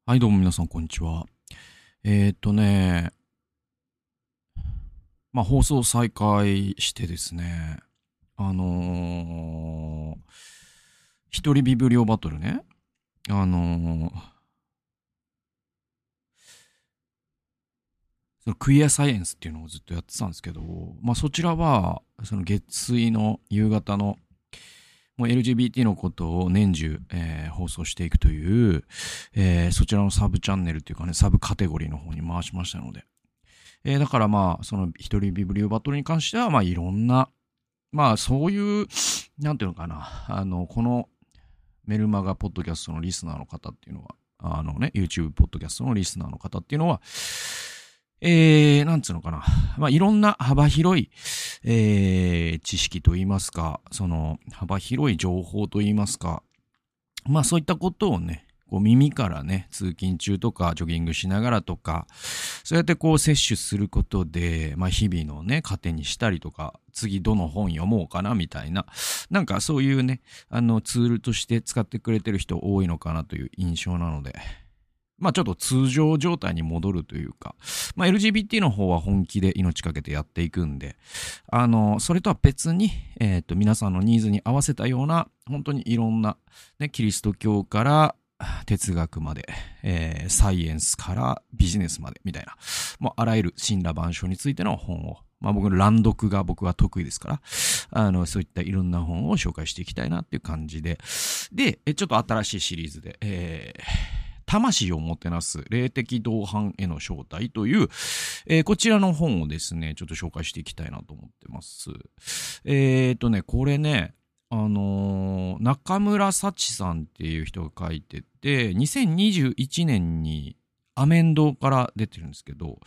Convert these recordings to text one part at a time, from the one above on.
はい、どうも皆さん、こんにちは。えーっとね、放送再開してですね、あのー一人ビブリオバトルね、あのーそのクイアサイエンスっていうのをずっとやってたんですけど、そちらは、その月水の夕方の、もう LGBT のことを年中、放送していくという、そちらのサブチャンネルっていうかね、サブカテゴリーの方に回しましたので、だからその一人ビブリオバトルに関しては、いろんな、そういう、なんていうのかな、このメルマガポッドキャストのリスナーの方っていうのは、YouTube ポッドキャストのリスナーの方っていうのは、なんつうのかな、いろんな幅広い、知識といいますか、その幅広い情報といいますか、そういったことをね、こう耳からね、通勤中とかジョギングしながらとか、そうやってこう摂取することで、日々のね、糧にしたりとか、次どの本読もうかなみたいな、なんかそういうね、ツールとして使ってくれてる人多いのかなという印象なので、ちょっと通常状態に戻るというか、LGBT の方は本気で命かけてやっていくんで、それとは別に、皆さんのニーズに合わせたような、本当にいろんな、ね、キリスト教から哲学まで、サイエンスからビジネスまでみたいな、もうあらゆる神羅万象についての本を、僕の乱読が僕は得意ですから、そういったいろんな本を紹介していきたいなっていう感じで、で、ちょっと新しいシリーズで、魂をもてなす霊的同伴への招待という、こちらの本をですね、ちょっと紹介していきたいなと思ってます。これね、中村幸さんっていう人が書いてて、2021年にアメンドから出てるんですけど、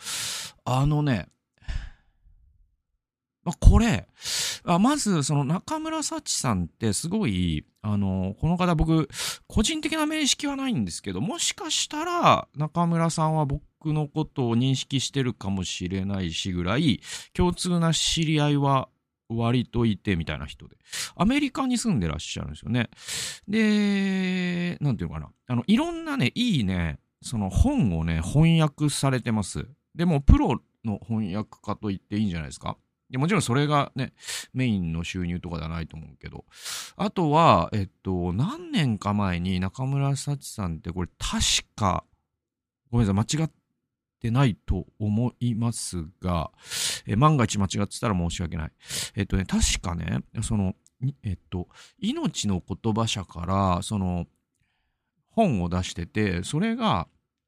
これ、まず、その中村幸さんってすごい、この方僕、個人的な面識はないんですけど、もしかしたら中村さんは僕のことを認識してるかもしれないしぐらい、共通な知り合いは割といてみたいな人で、アメリカに住んでらっしゃるんですよね。で、なんていうのかな。いろんなね、いいね、その本をね、翻訳されてます。でも、プロの翻訳家と言っていいんじゃないですか。もちろんそれがね、メインの収入とかではないと思うけど。あとは、何年か前に中村幸さんってこれ確か、ごめんなさい、間違ってないと思いますが、万が一間違ってたら申し訳ない。確かね、その、命の言葉社から、その、本を出してて、それが、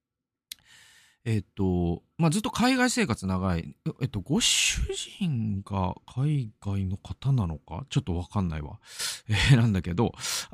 ずっと海外生活長い。ご主人が海外の方なのかちょっとわかんないわ。なんだけど、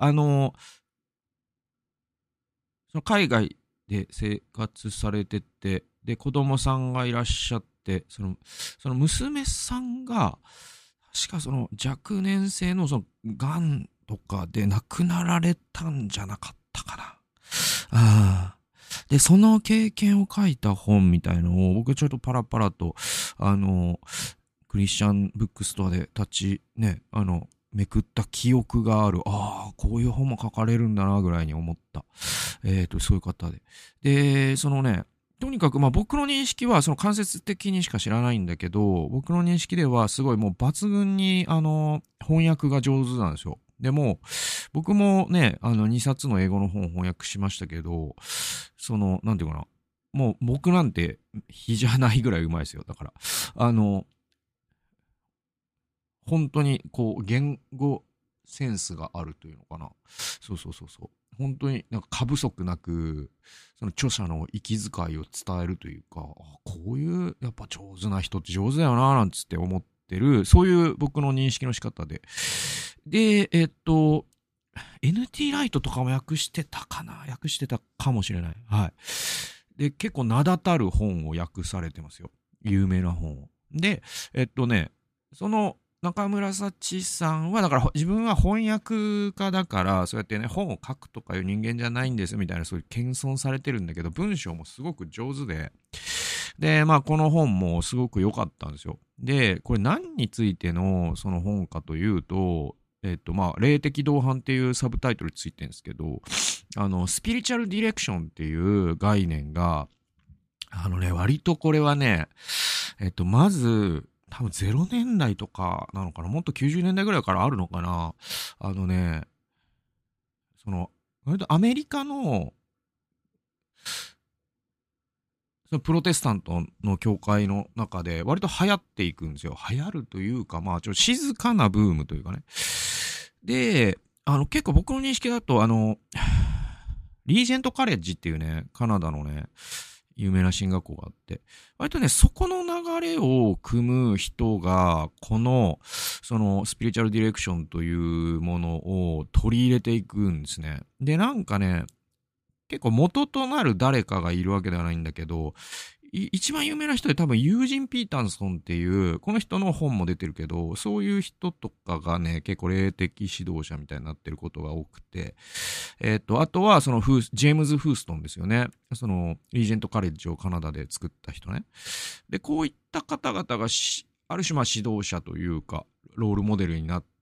その海外で生活されてて、で、子供さんがいらっしゃって、その娘さんが、確かその若年性のその、癌とかで亡くなられたんじゃなかったかな。ああ。で、その経験を書いた本みたいのを、僕ちょっとパラパラと、クリスチャンブックストアでめくった記憶がある。ああ、こういう本も書かれるんだな、ぐらいに思った。そういう方で。で、そのね、とにかく、僕の認識は、その間接的にしか知らないんだけど、僕の認識では、すごいもう抜群に、翻訳が上手なんですよ。でも、僕もね、2冊の英語の本を翻訳しましたけど、その、なんていうかな。もう僕なんて比じゃないぐらいうまいですよ。だから、本当にこう言語センスがあるというのかな。そうそうそうそう。本当になんか過不足なく、その著者の息遣いを伝えるというか、こういうやっぱ上手な人って上手だよななんつって思ってる、そういう僕の認識の仕方で。で、NT ライトとかも訳してたかな、訳してたかもしれない。はい。で、結構名だたる本を訳されてますよ。有名な本を。で、その中村幸さんは、だから自分は翻訳家だから、そうやってね、本を書くとかいう人間じゃないんですみたいな、そういう謙遜されてるんだけど、文章もすごく上手で、で、この本もすごく良かったんですよ。で、これ何についてのその本かというと、霊的同伴っていうサブタイトルついてるんですけど、 スピリチュアルディレクションっていう概念が、割とこれはね、まず、多分0年代とかなのかな、もっと90年代ぐらいからあるのかな。割とアメリカの、そのプロテスタントの教会の中で割と流行っていくんですよ。流行るというか、まあ、ちょっと静かなブームというかね。で、結構僕の認識だと、リージェントカレッジっていうね、カナダのね、有名な進学校があって、割とね、そこの流れを組む人が、そのスピリチュアルディレクションというものを取り入れていくんですね。で、なんかね、結構元となる誰かがいるわけではないんだけど、一番有名な人で多分ユージン・ピーターソンっていう、この人の本も出てるけど、そういう人とかがね、結構霊的指導者みたいになってることが多くて、あとはそのジェームズ・フーストンですよね。そのリージェントカレッジをカナダで作った人ね。で、こういった方々がある種まあ指導者というか、ロールモデルになって、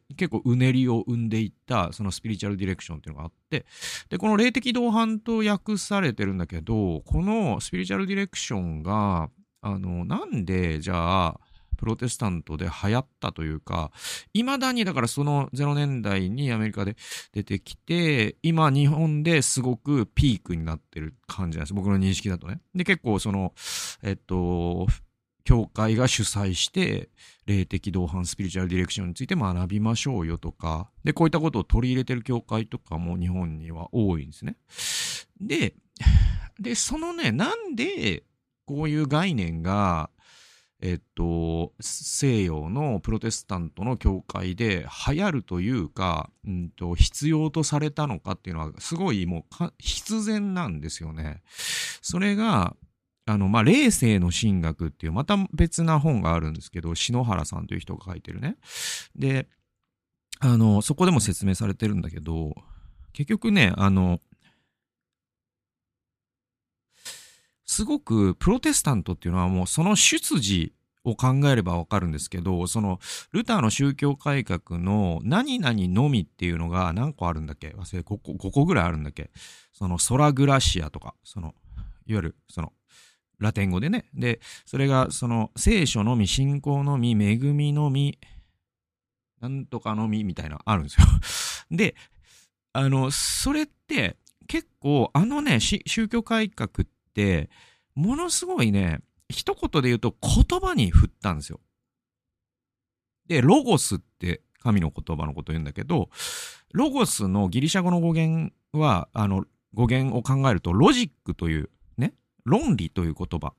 結構うねりを生んでいった、そのスピリチュアルディレクションっていうのがあって、で、この霊的同伴と訳されてるんだけど、このスピリチュアルディレクションが、なんで、じゃあ、プロテスタントで流行ったというか、未だにだからその0年代にアメリカで出てきて、今日本ですごくピークになってる感じなんです。僕の認識だとね。で、結構その、教会が主催して、霊的同伴スピリチュアルディレクションについて学びましょうよとか、で、こういったことを取り入れてる教会とかも日本には多いんですね。で、そのね、なんで、こういう概念が、西洋のプロテスタントの教会で流行るというか、必要とされたのかっていうのは、すごいもう必然なんですよね。それが、まあ、霊性の神学っていうまた別な本があるんですけど、篠原さんという人が書いてるね。で、そこでも説明されてるんだけど、結局ね、すごくプロテスタントっていうのはもうその出自を考えればわかるんですけど、そのルターの宗教改革の何々のみっていうのが何個あるんだっけ、忘れ、5個ぐらいあるんだっけ。そのソラグラシアとか、いわゆるそのラテン語でね。で、それがその聖書のみ、信仰のみ、恵みのみ、なんとかのみみたいなあるんですよ。で、それって結構宗教改革ってものすごいね、一言で言うと言葉に振ったんですよ。で、ロゴスって神の言葉のことを言うんだけど、ロゴスのギリシャ語の語源は、語源を考えるとロジックというね、論理という言葉、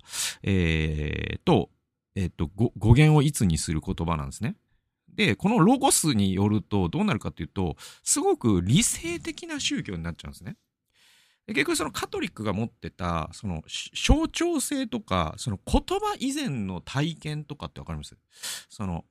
語源をいつにする言葉なんですね。で、このロゴスによるとどうなるかというと、すごく理性的な宗教になっちゃうんですね。で、結局そのカトリックが持ってた、その象徴性とか、その言葉以前の体験とかってわかります？そう、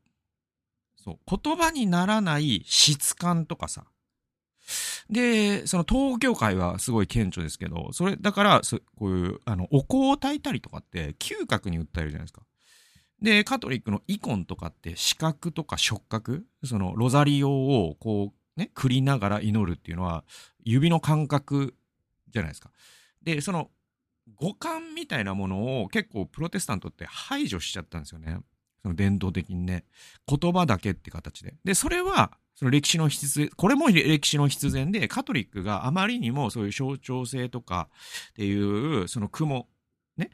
言葉にならない質感とかさ。で、その東教会はすごい顕著ですけど、それ、だから、こういう、お香を焚いたりとかって、嗅覚に訴えるじゃないですか。で、カトリックのイコンとかって視覚とか触覚、そのロザリオをこうね、繰りながら祈るっていうのは指の感覚じゃないですか。で、その五感みたいなものを結構プロテスタントって排除しちゃったんですよね。その伝統的にね。言葉だけって形で。で、それは、その歴史の必然、これも歴史の必然で、カトリックがあまりにもそういう象徴性とかっていう、その雲、ね、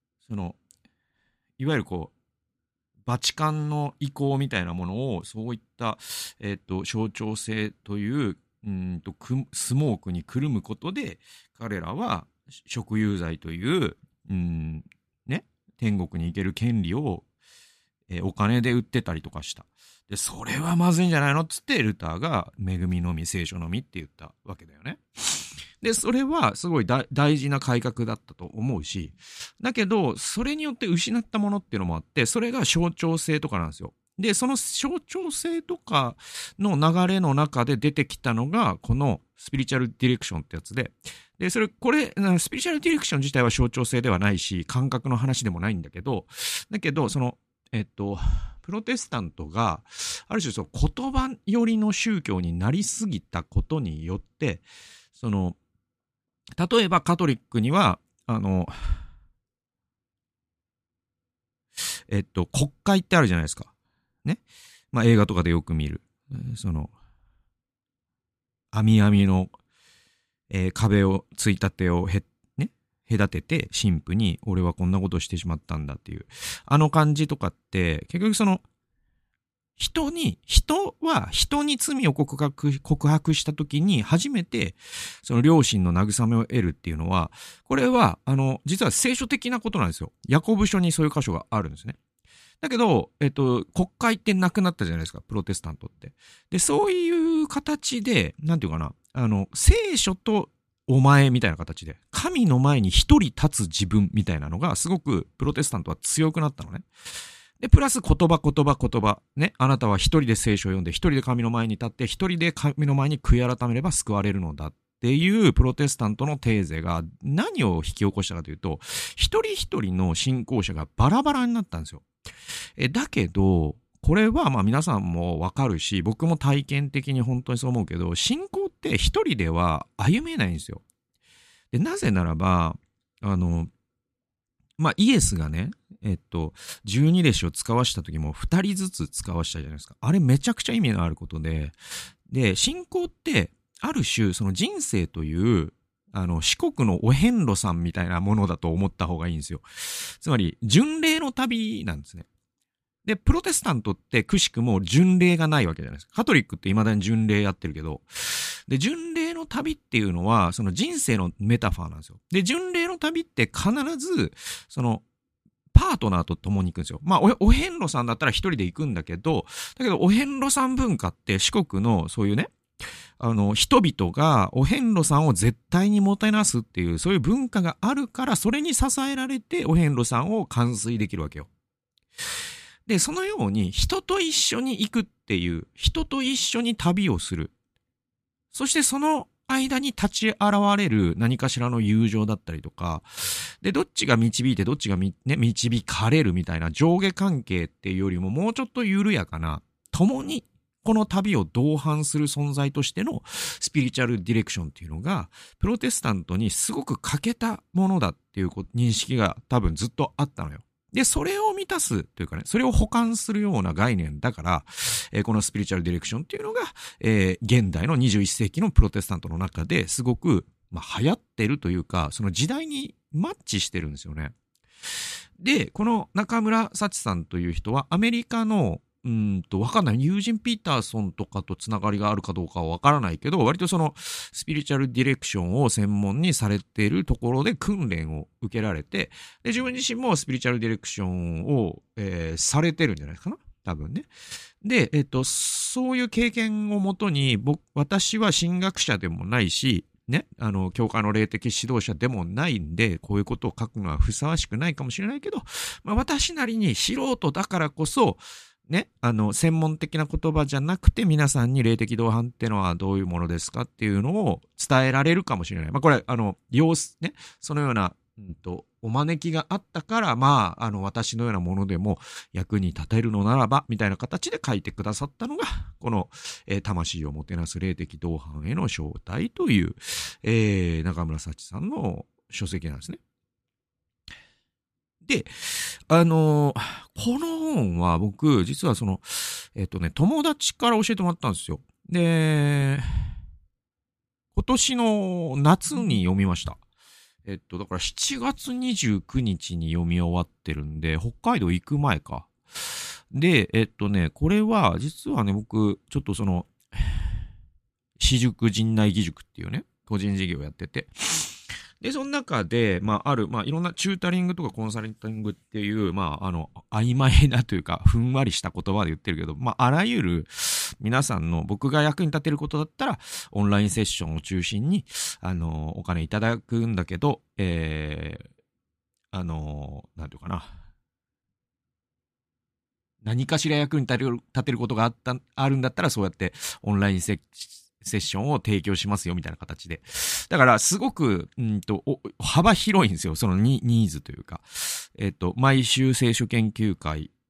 いわゆるこう、バチカンの意向みたいなものを、そういった、象徴性という、スモークにくるむことで、彼らは食有罪という、ね、天国に行ける権利を、お金で売ってたりとかした。で、それはまずいんじゃないのっつって、ルターが恵みのみ、聖書のみって言ったわけだよね。で、それはすごい大事な改革だったと思うし、だけど、それによって失ったものっていうのもあって、それが象徴性とかなんですよ。で、その象徴性とかの流れの中で出てきたのが、このスピリチュアルディレクションってやつで、で、スピリチュアルディレクション自体は象徴性ではないし、感覚の話でもないんだけど、プロテスタントが、ある種その言葉寄りの宗教になりすぎたことによって、 例えばカトリックには、国会ってあるじゃないですか。ね。まあ映画とかでよく見る。網網の、壁を、ついたてを隔てて、神父に、俺はこんなことをしてしまったんだっていう。あの感じとかって、結局人は人に罪を告白したときに初めて、その両親の慰めを得るっていうのは、これは、実は聖書的なことなんですよ。ヤコブ書にそういう箇所があるんですね。だけど、国会ってなくなったじゃないですか、プロテスタントって。で、そういう形で、なんていうかな、聖書とお前みたいな形で、神の前に一人立つ自分みたいなのが、すごくプロテスタントは強くなったのね。で、プラス言葉。ね。あなたは一人で聖書を読んで、一人で神の前に立って、一人で神の前に悔い改めれば救われるのだっていうプロテスタントのテーゼが何を引き起こしたかというと、一人一人の信仰者がバラバラになったんですよ。だけど、これはまあ皆さんもわかるし、僕も体験的に本当にそう思うけど、信仰って一人では歩めないんですよ。で、なぜならば、まあ、イエスがね、十二弟子を使わした時も二人ずつ使わしたじゃないですか。あれめちゃくちゃ意味のあることで、で、信仰って、ある種、その人生という、四国のお遍路さんみたいなものだと思った方がいいんですよ。つまり、巡礼の旅なんですね。で、プロテスタントってくしくも巡礼がないわけじゃないですか。カトリックって未だに巡礼やってるけど。で、巡礼の旅っていうのは、その人生のメタファーなんですよ。で、巡礼の旅って必ず、パートナーと共に行くんですよ。まあ、お遍路さんだったら一人で行くんだけど、お遍路さん文化って四国のそういうね、人々がお遍路さんを絶対にもてなすっていう、そういう文化があるから、それに支えられてお遍路さんを完遂できるわけよ。で、そのように人と一緒に行くっていう、人と一緒に旅をする。そしてその間に立ち現れる何かしらの友情だったりとか、で、どっちが導いてどっちが導かれるみたいな上下関係っていうよりももうちょっと緩やかな、共にこの旅を同伴する存在としてのスピリチュアルディレクションっていうのが、プロテスタントにすごく欠けたものだっていう認識が多分ずっとあったのよ。で、それを満たすというかね、それを補完するような概念だから、このスピリチュアルディレクションっていうのが、現代の21世紀のプロテスタントの中ですごく、流行ってるというか、その時代にマッチしてるんですよね。で、この中村幸さんという人はアメリカのわかんない。ユージン・ピーターソンとかとつながりがあるかどうかはわからないけど、割とそのスピリチュアルディレクションを専門にされているところで訓練を受けられて、で、自分自身もスピリチュアルディレクションを、されてるんじゃないかな。多分ね。で、そういう経験をもとに、私は神学者でもないし、ね、教会の霊的指導者でもないんで、こういうことを書くのはふさわしくないかもしれないけど、私なりに素人だからこそ、ね、専門的な言葉じゃなくて皆さんに霊的同伴ってのはどういうものですかっていうのを伝えられるかもしれない。これ、ね、そのような、お招きがあったから、私のようなものでも役に立てるのならば、みたいな形で書いてくださったのが、この、魂をもてなす霊的同伴への招待という、中村幸さんの書籍なんですね。で、この本は僕、実は友達から教えてもらったんですよ。で、今年の夏に読みました。だから7月29日に読み終わってるんで、北海道行く前か。で、これは、実はね、僕、ちょっと私塾陣内義塾っていうね、個人事業やってて、で、その中で、いろんなチュータリングとかコンサルティングっていう、曖昧なというか、ふんわりした言葉で言ってるけど、あらゆる皆さんの僕が役に立てることだったら、オンラインセッションを中心に、お金いただくんだけど、なんていうかな。何かしら役に立てることがあるんだったら、そうやってオンラインセッションを提供しますよみたいな形で。だからすごく、幅広いんですよ。そのニーズというか。毎週聖書研究会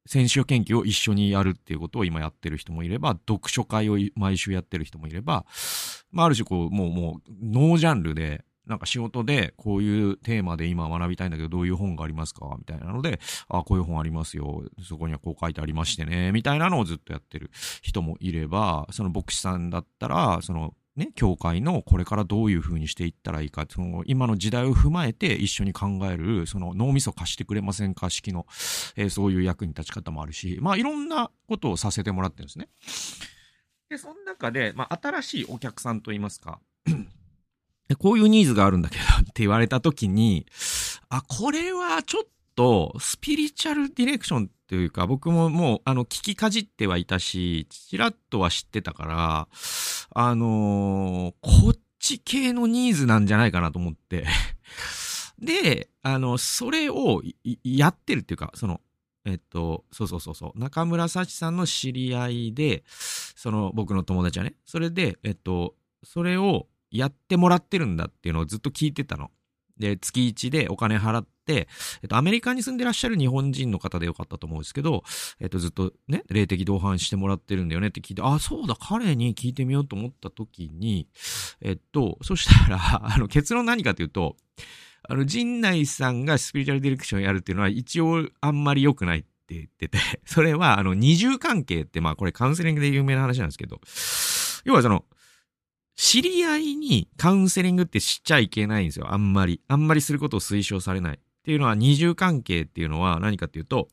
聖書研究を一緒にやるっていうことを今やってる人もいれば、読書会を毎週やってる人もいれば、ある種こう、もう、ノージャンルで、なんか仕事でこういうテーマで今学びたいんだけどどういう本がありますかみたいなので、こういう本ありますよ。そこにはこう書いてありましてね。みたいなのをずっとやってる人もいれば、その牧師さんだったら、教会のこれからどういう風にしていったらいいか、今の時代を踏まえて一緒に考える、脳みそ貸してくれませんか式の、そういう役に立ち方もあるし、いろんなことをさせてもらってるんですね。で、その中で、新しいお客さんといいますか、こういうニーズがあるんだけどって言われたときに、これはちょっとスピリチュアルディレクションっていうか、僕ももう聞きかじってはいたし、ちらっとは知ってたから、こっち系のニーズなんじゃないかなと思ってで、それをやってるっていうか、そう。中村幸さんの知り合いで、僕の友達はね、それで、それをやってもらってるんだっていうのをずっと聞いてたの。で、月1でお金払って、アメリカに住んでらっしゃる日本人の方でよかったと思うんですけど、ずっとね、霊的同伴してもらってるんだよねって聞いて、そうだ、彼に聞いてみようと思った時に、そしたら、結論何かというと、陣内さんがスピリチュアルディレクションやるっていうのは一応あんまり良くないって言ってて、それは二重関係って、これカウンセリングで有名な話なんですけど、要は知り合いにカウンセリングってしちゃいけないんですよ。あんまりすることを推奨されない。っていうのは、二重関係っていうのは何かっていうと、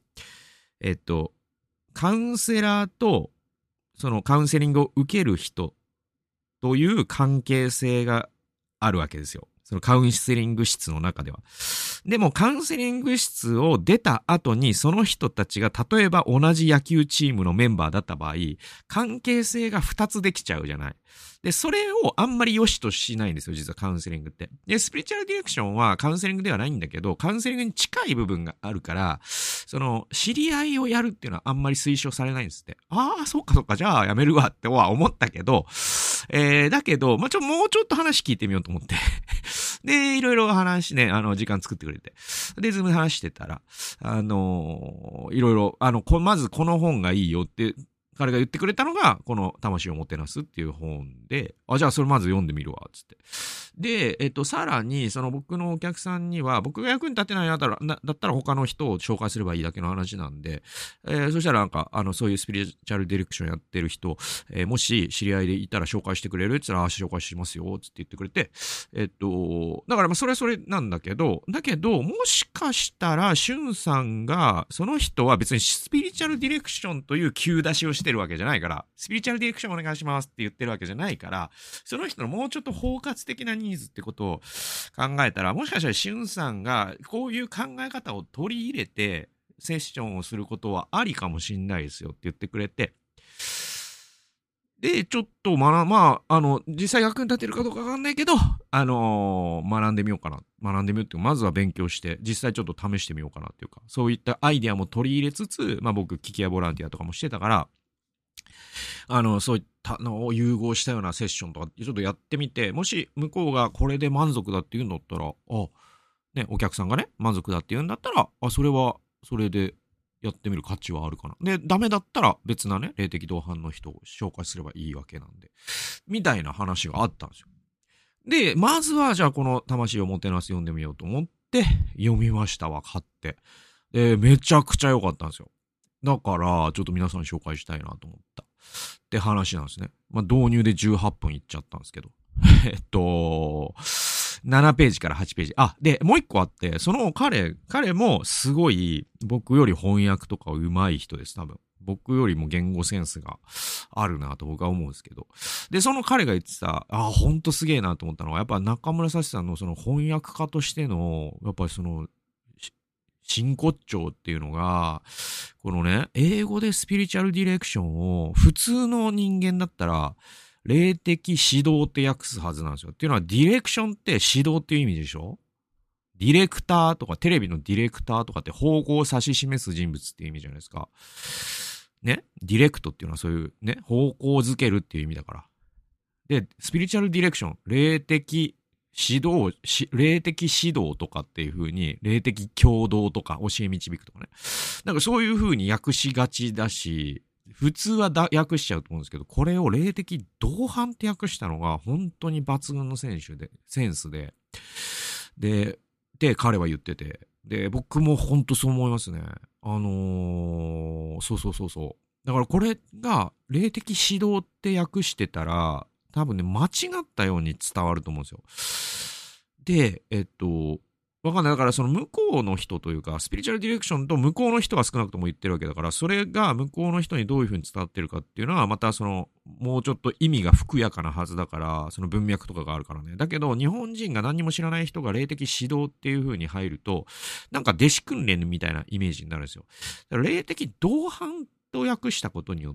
カウンセラーと、そのカウンセリングを受ける人という関係性があるわけですよ。そのカウンセリング室の中では。でもカウンセリング室を出た後にその人たちが例えば同じ野球チームのメンバーだった場合、関係性が2つできちゃうじゃない。で、それをあんまり良しとしないんですよ、実はカウンセリングって。で、スピリチュアルディレクションはカウンセリングではないんだけど、カウンセリングに近い部分があるから、知り合いをやるっていうのはあんまり推奨されないんですって。そっか、じゃあやめるわっては思ったけど、だけど、もうちょっと話聞いてみようと思って。で、いろいろ話ね、時間作ってくれて。で、ズームで話してたら、いろいろ、まずこの本がいいよって、彼が言ってくれたのが、この魂をもてなすっていう本で、じゃあそれまず読んでみるわ、つって。で、さらに、僕のお客さんには、僕が役に立てないだったら他の人を紹介すればいいだけの話なんで、そしたらなんか、そういうスピリチュアルディレクションやってる人、もし知り合いでいたら紹介してくれるって言ったら、紹介しますよ、つって言ってくれて、だからそれはそれなんだけど、もしかしたら、しゅんさんが、その人は別にスピリチュアルディレクションという急出しをしてるわけじゃないから、スピリチュアルディレクションお願いしますって言ってるわけじゃないから、その人のもうちょっと包括的なニーズってことを考えたら、もしかしたらしゅんさんがこういう考え方を取り入れて、セッションをすることはありかもしんないですよって言ってくれて、で、ちょっと実際役に立てるかどうかわかんないけど、学んでみようかな。学んでみようっていうか、まずは勉強して、実際ちょっと試してみようかなっていうか、そういったアイデアも取り入れつつ、僕、聞き屋ボランティアとかもしてたから、そういったのを融合したようなセッションとか、ちょっとやってみて、もし向こうがこれで満足だって言うんだったら、ね、お客さんがね、満足だって言うんだったら、それは、それで、やってみる価値はあるかな。で、ダメだったら別なね、霊的同伴の人を紹介すればいいわけなんで。みたいな話があったんですよ。で、まずはじゃあこの魂をもてなす読んでみようと思って読みましたわ、買って。で、めちゃくちゃ良かったんですよ。だから、ちょっと皆さんに紹介したいなと思ったって話なんですね。導入で18分いっちゃったんですけど。7ページから8ページ。で、もう一個あって、その彼もすごい僕より翻訳とか上手い人です、多分。僕よりも言語センスがあるなと僕は思うんですけど。で、その彼が言ってた、ほんとすげえなと思ったのは、やっぱ中村幸さんのその翻訳家としての、やっぱり真骨頂っていうのが、このね、英語でスピリチュアルディレクションを普通の人間だったら、霊的指導って訳すはずなんですよ。っていうのは、ディレクションって指導っていう意味でしょ？ディレクターとか、テレビのディレクターとかって方向を指し示す人物っていう意味じゃないですか。ね？ディレクトっていうのはそういうね、方向づけるっていう意味だから。で、スピリチュアルディレクション、霊的霊的指導とかっていう風に、霊的共同とか、教え導くとかね。なんかそういう風に訳しがちだし、普通は訳しちゃうと思うんですけど、これを霊的同伴って訳したのが本当に抜群のセンスで、で、彼は言ってて、で、僕も本当そう思いますね。そう。だからこれが霊的指導って訳してたら、多分ね、間違ったように伝わると思うんですよ。で、わかんない。だからその向こうの人というか、スピリチュアルディレクションと向こうの人が少なくとも言ってるわけだから、それが向こうの人にどういう風に伝わってるかっていうのは、またその、もうちょっと意味がふくやかなはずだから、その文脈とかがあるからね。だけど、日本人が何にも知らない人が霊的指導っていう風に入ると、なんか弟子訓練みたいなイメージになるんですよ。だから霊的同伴と訳したことによって、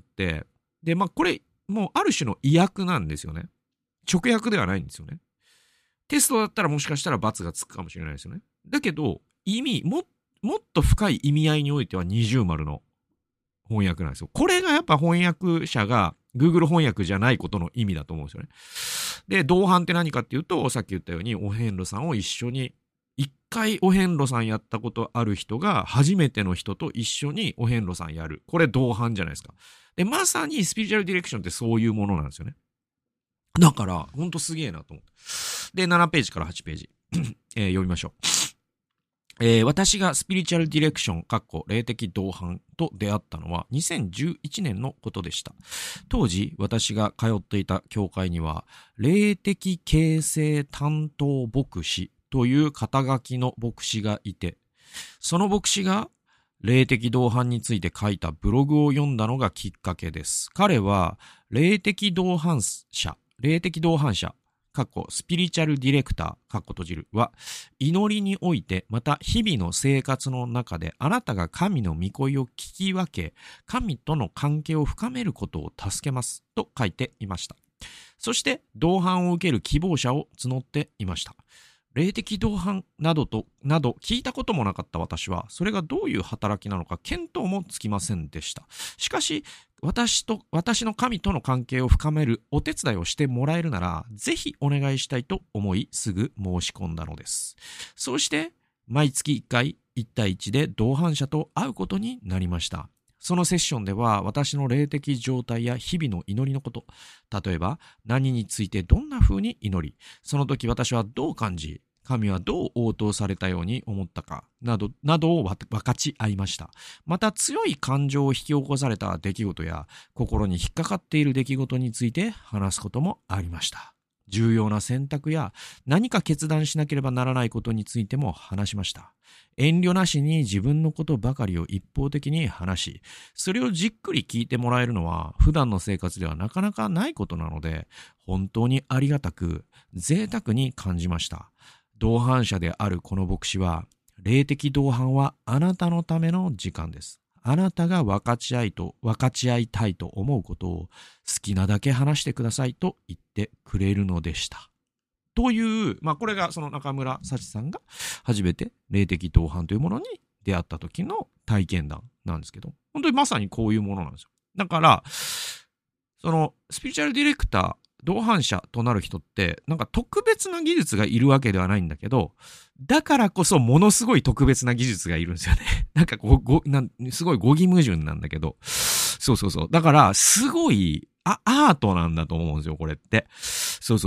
で、まあこれ、もうある種の意訳なんですよね。直訳ではないんですよね。テストだったらもしかしたら罰がつくかもしれないですよね。だけど、もっと深い意味合いにおいては二重丸の翻訳なんですよ。これがやっぱ翻訳者が Google 翻訳じゃないことの意味だと思うんですよね。で、同伴って何かっていうと、さっき言ったようにお遍路さんを一緒に、一回お遍路さんやったことある人が初めての人と一緒にお遍路さんやる。これ同伴じゃないですか。で、まさにスピリチュアルディレクションってそういうものなんですよね。だから、ほんとすげえなと思って。で、7ページから8ページ。読みましょう。私がスピリチュアルディレクション、霊的同伴と出会ったのは2011年のことでした。当時、私が通っていた教会には、霊的形成担当牧師という肩書きの牧師がいて、その牧師が霊的同伴について書いたブログを読んだのがきっかけです。彼は、霊的同伴者、スピリチュアルディレクター、は、祈りにおいて、また日々の生活の中で、あなたが神の御声を聞き分け、神との関係を深めることを助けます、と書いていました。そして、同伴を受ける希望者を募っていました。霊的同伴など聞いたこともなかった私は、それがどういう働きなのか見当もつきませんでした。しかし、私の神との関係を深めるお手伝いをしてもらえるなら、ぜひお願いしたいと思い、すぐ申し込んだのです。そうして、毎月1回、1対1で同伴者と会うことになりました。そのセッションでは、私の霊的状態や日々の祈りのこと、例えば何についてどんな風に祈り、その時私はどう感じ、神はどう応答されたように思ったか、などを分かち合いました。また強い感情を引き起こされた出来事や、心に引っかかっている出来事について話すこともありました。重要な選択や何か決断しなければならないことについても話しました。遠慮なしに自分のことばかりを一方的に話し、それをじっくり聞いてもらえるのは普段の生活ではなかなかないことなので、本当にありがたく、贅沢に感じました。同伴者であるこの牧師は、霊的同伴はあなたのための時間です。あなたが分かち合いたいと思うことを好きなだけ話してくださいと言ってくれるのでした。という、これがその中村幸さんが初めて霊的同伴というものに出会った時の体験談なんですけど、本当にまさにこういうものなんですよ。だから、そのスピリチュアルディレクター、同伴者となる人って、なんか特別な技術がいるわけではないんだけど、だからこそものすごい特別な技術がいるんですよね。なんかすごい語義矛盾なんだけど、そう。だから、すごいアートなんだと思うんですよ、これって。そう。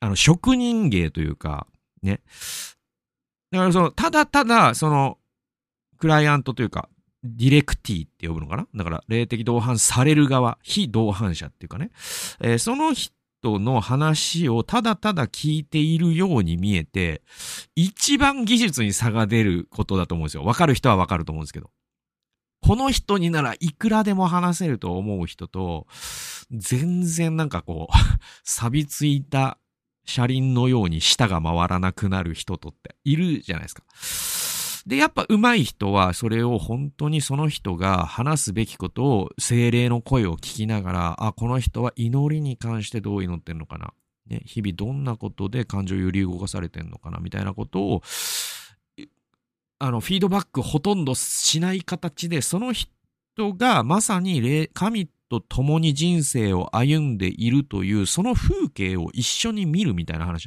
職人芸というか、ね。だからただ、クライアントというか、ディレクティって呼ぶのかな？だから、霊的同伴される側、非同伴者っていうかね。その人の話をただただ聞いているように見えて、一番技術に差が出ることだと思うんですよ。わかる人はわかると思うんですけど。この人にならいくらでも話せると思う人と、全然なんか錆びついた車輪のように舌が回らなくなる人とっているじゃないですか。で、やっぱ上手い人はそれを本当にその人が話すべきことを精霊の声を聞きながら、この人は祈りに関してどう祈ってんのかな。ね、日々どんなことで感情揺り動かされてんのかなみたいなことを、フィードバックほとんどしない形で、その人がまさに神と共に人生を歩んでいるという、その風景を一緒に見るみたいな話なんですね。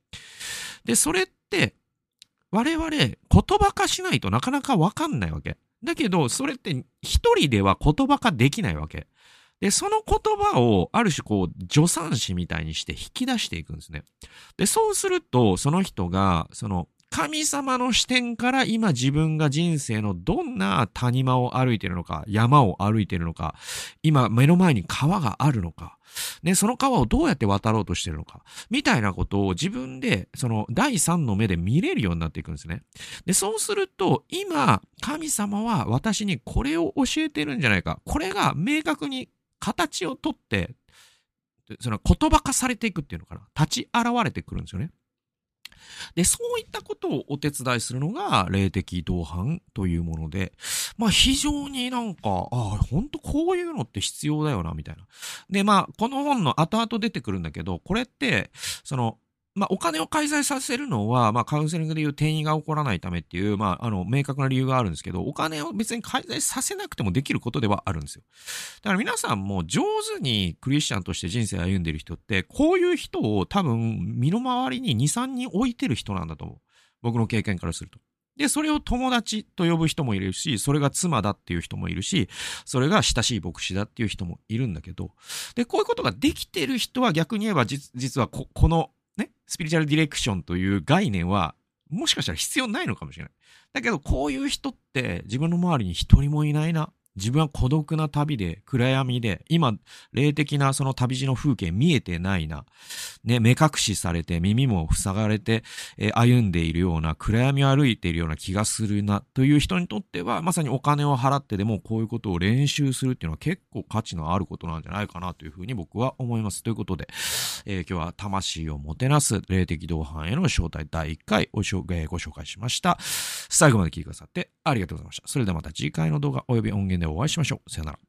で、それって、我々言葉化しないとなかなかわかんないわけ。だけど、それって一人では言葉化できないわけ。で、その言葉をある種こう助産師みたいにして引き出していくんですね。で、そうすると、その人が、神様の視点から今自分が人生のどんな谷間を歩いているのか、山を歩いているのか、今目の前に川があるのか、ね、その川をどうやって渡ろうとしているのか、みたいなことを自分で、第三の目で見れるようになっていくんですね。で、そうすると、今、神様は私にこれを教えてるんじゃないか。これが明確に形をとって、言葉化されていくっていうのかな。立ち現れてくるんですよね。で、そういったことをお手伝いするのが霊的同伴というもので、非常になんか、本当こういうのって必要だよな、みたいな。で、この本の後々出てくるんだけど、これって、お金を介在させるのは、カウンセリングでいう転移が起こらないためっていう、明確な理由があるんですけど、お金を別に介在させなくてもできることではあるんですよ。だから皆さんも上手にクリスチャンとして人生を歩んでいる人って、こういう人を多分身の回りに2、3人置いてる人なんだと思う。僕の経験からすると。で、それを友達と呼ぶ人もいるし、それが妻だっていう人もいるし、それが親しい牧師だっていう人もいるんだけど、で、こういうことができてる人は逆に言えば実はこのね、スピリチュアルディレクションという概念は、もしかしたら必要ないのかもしれない。だけど、こういう人って自分の周りに一人もいないな。自分は孤独な旅で、暗闇で、今、霊的なその旅路の風景見えてないな。ね、目隠しされて、耳も塞がれて、歩んでいるような、暗闇を歩いているような気がするな、という人にとっては、まさにお金を払ってでもこういうことを練習するっていうのは結構価値のあることなんじゃないかなというふうに僕は思います。ということで、今日は魂をもてなす霊的同伴への招待第1回ご紹介しました。最後まで聞いてくださってありがとうございました。それではまた次回の動画および音源でお会いしましょう。さよなら。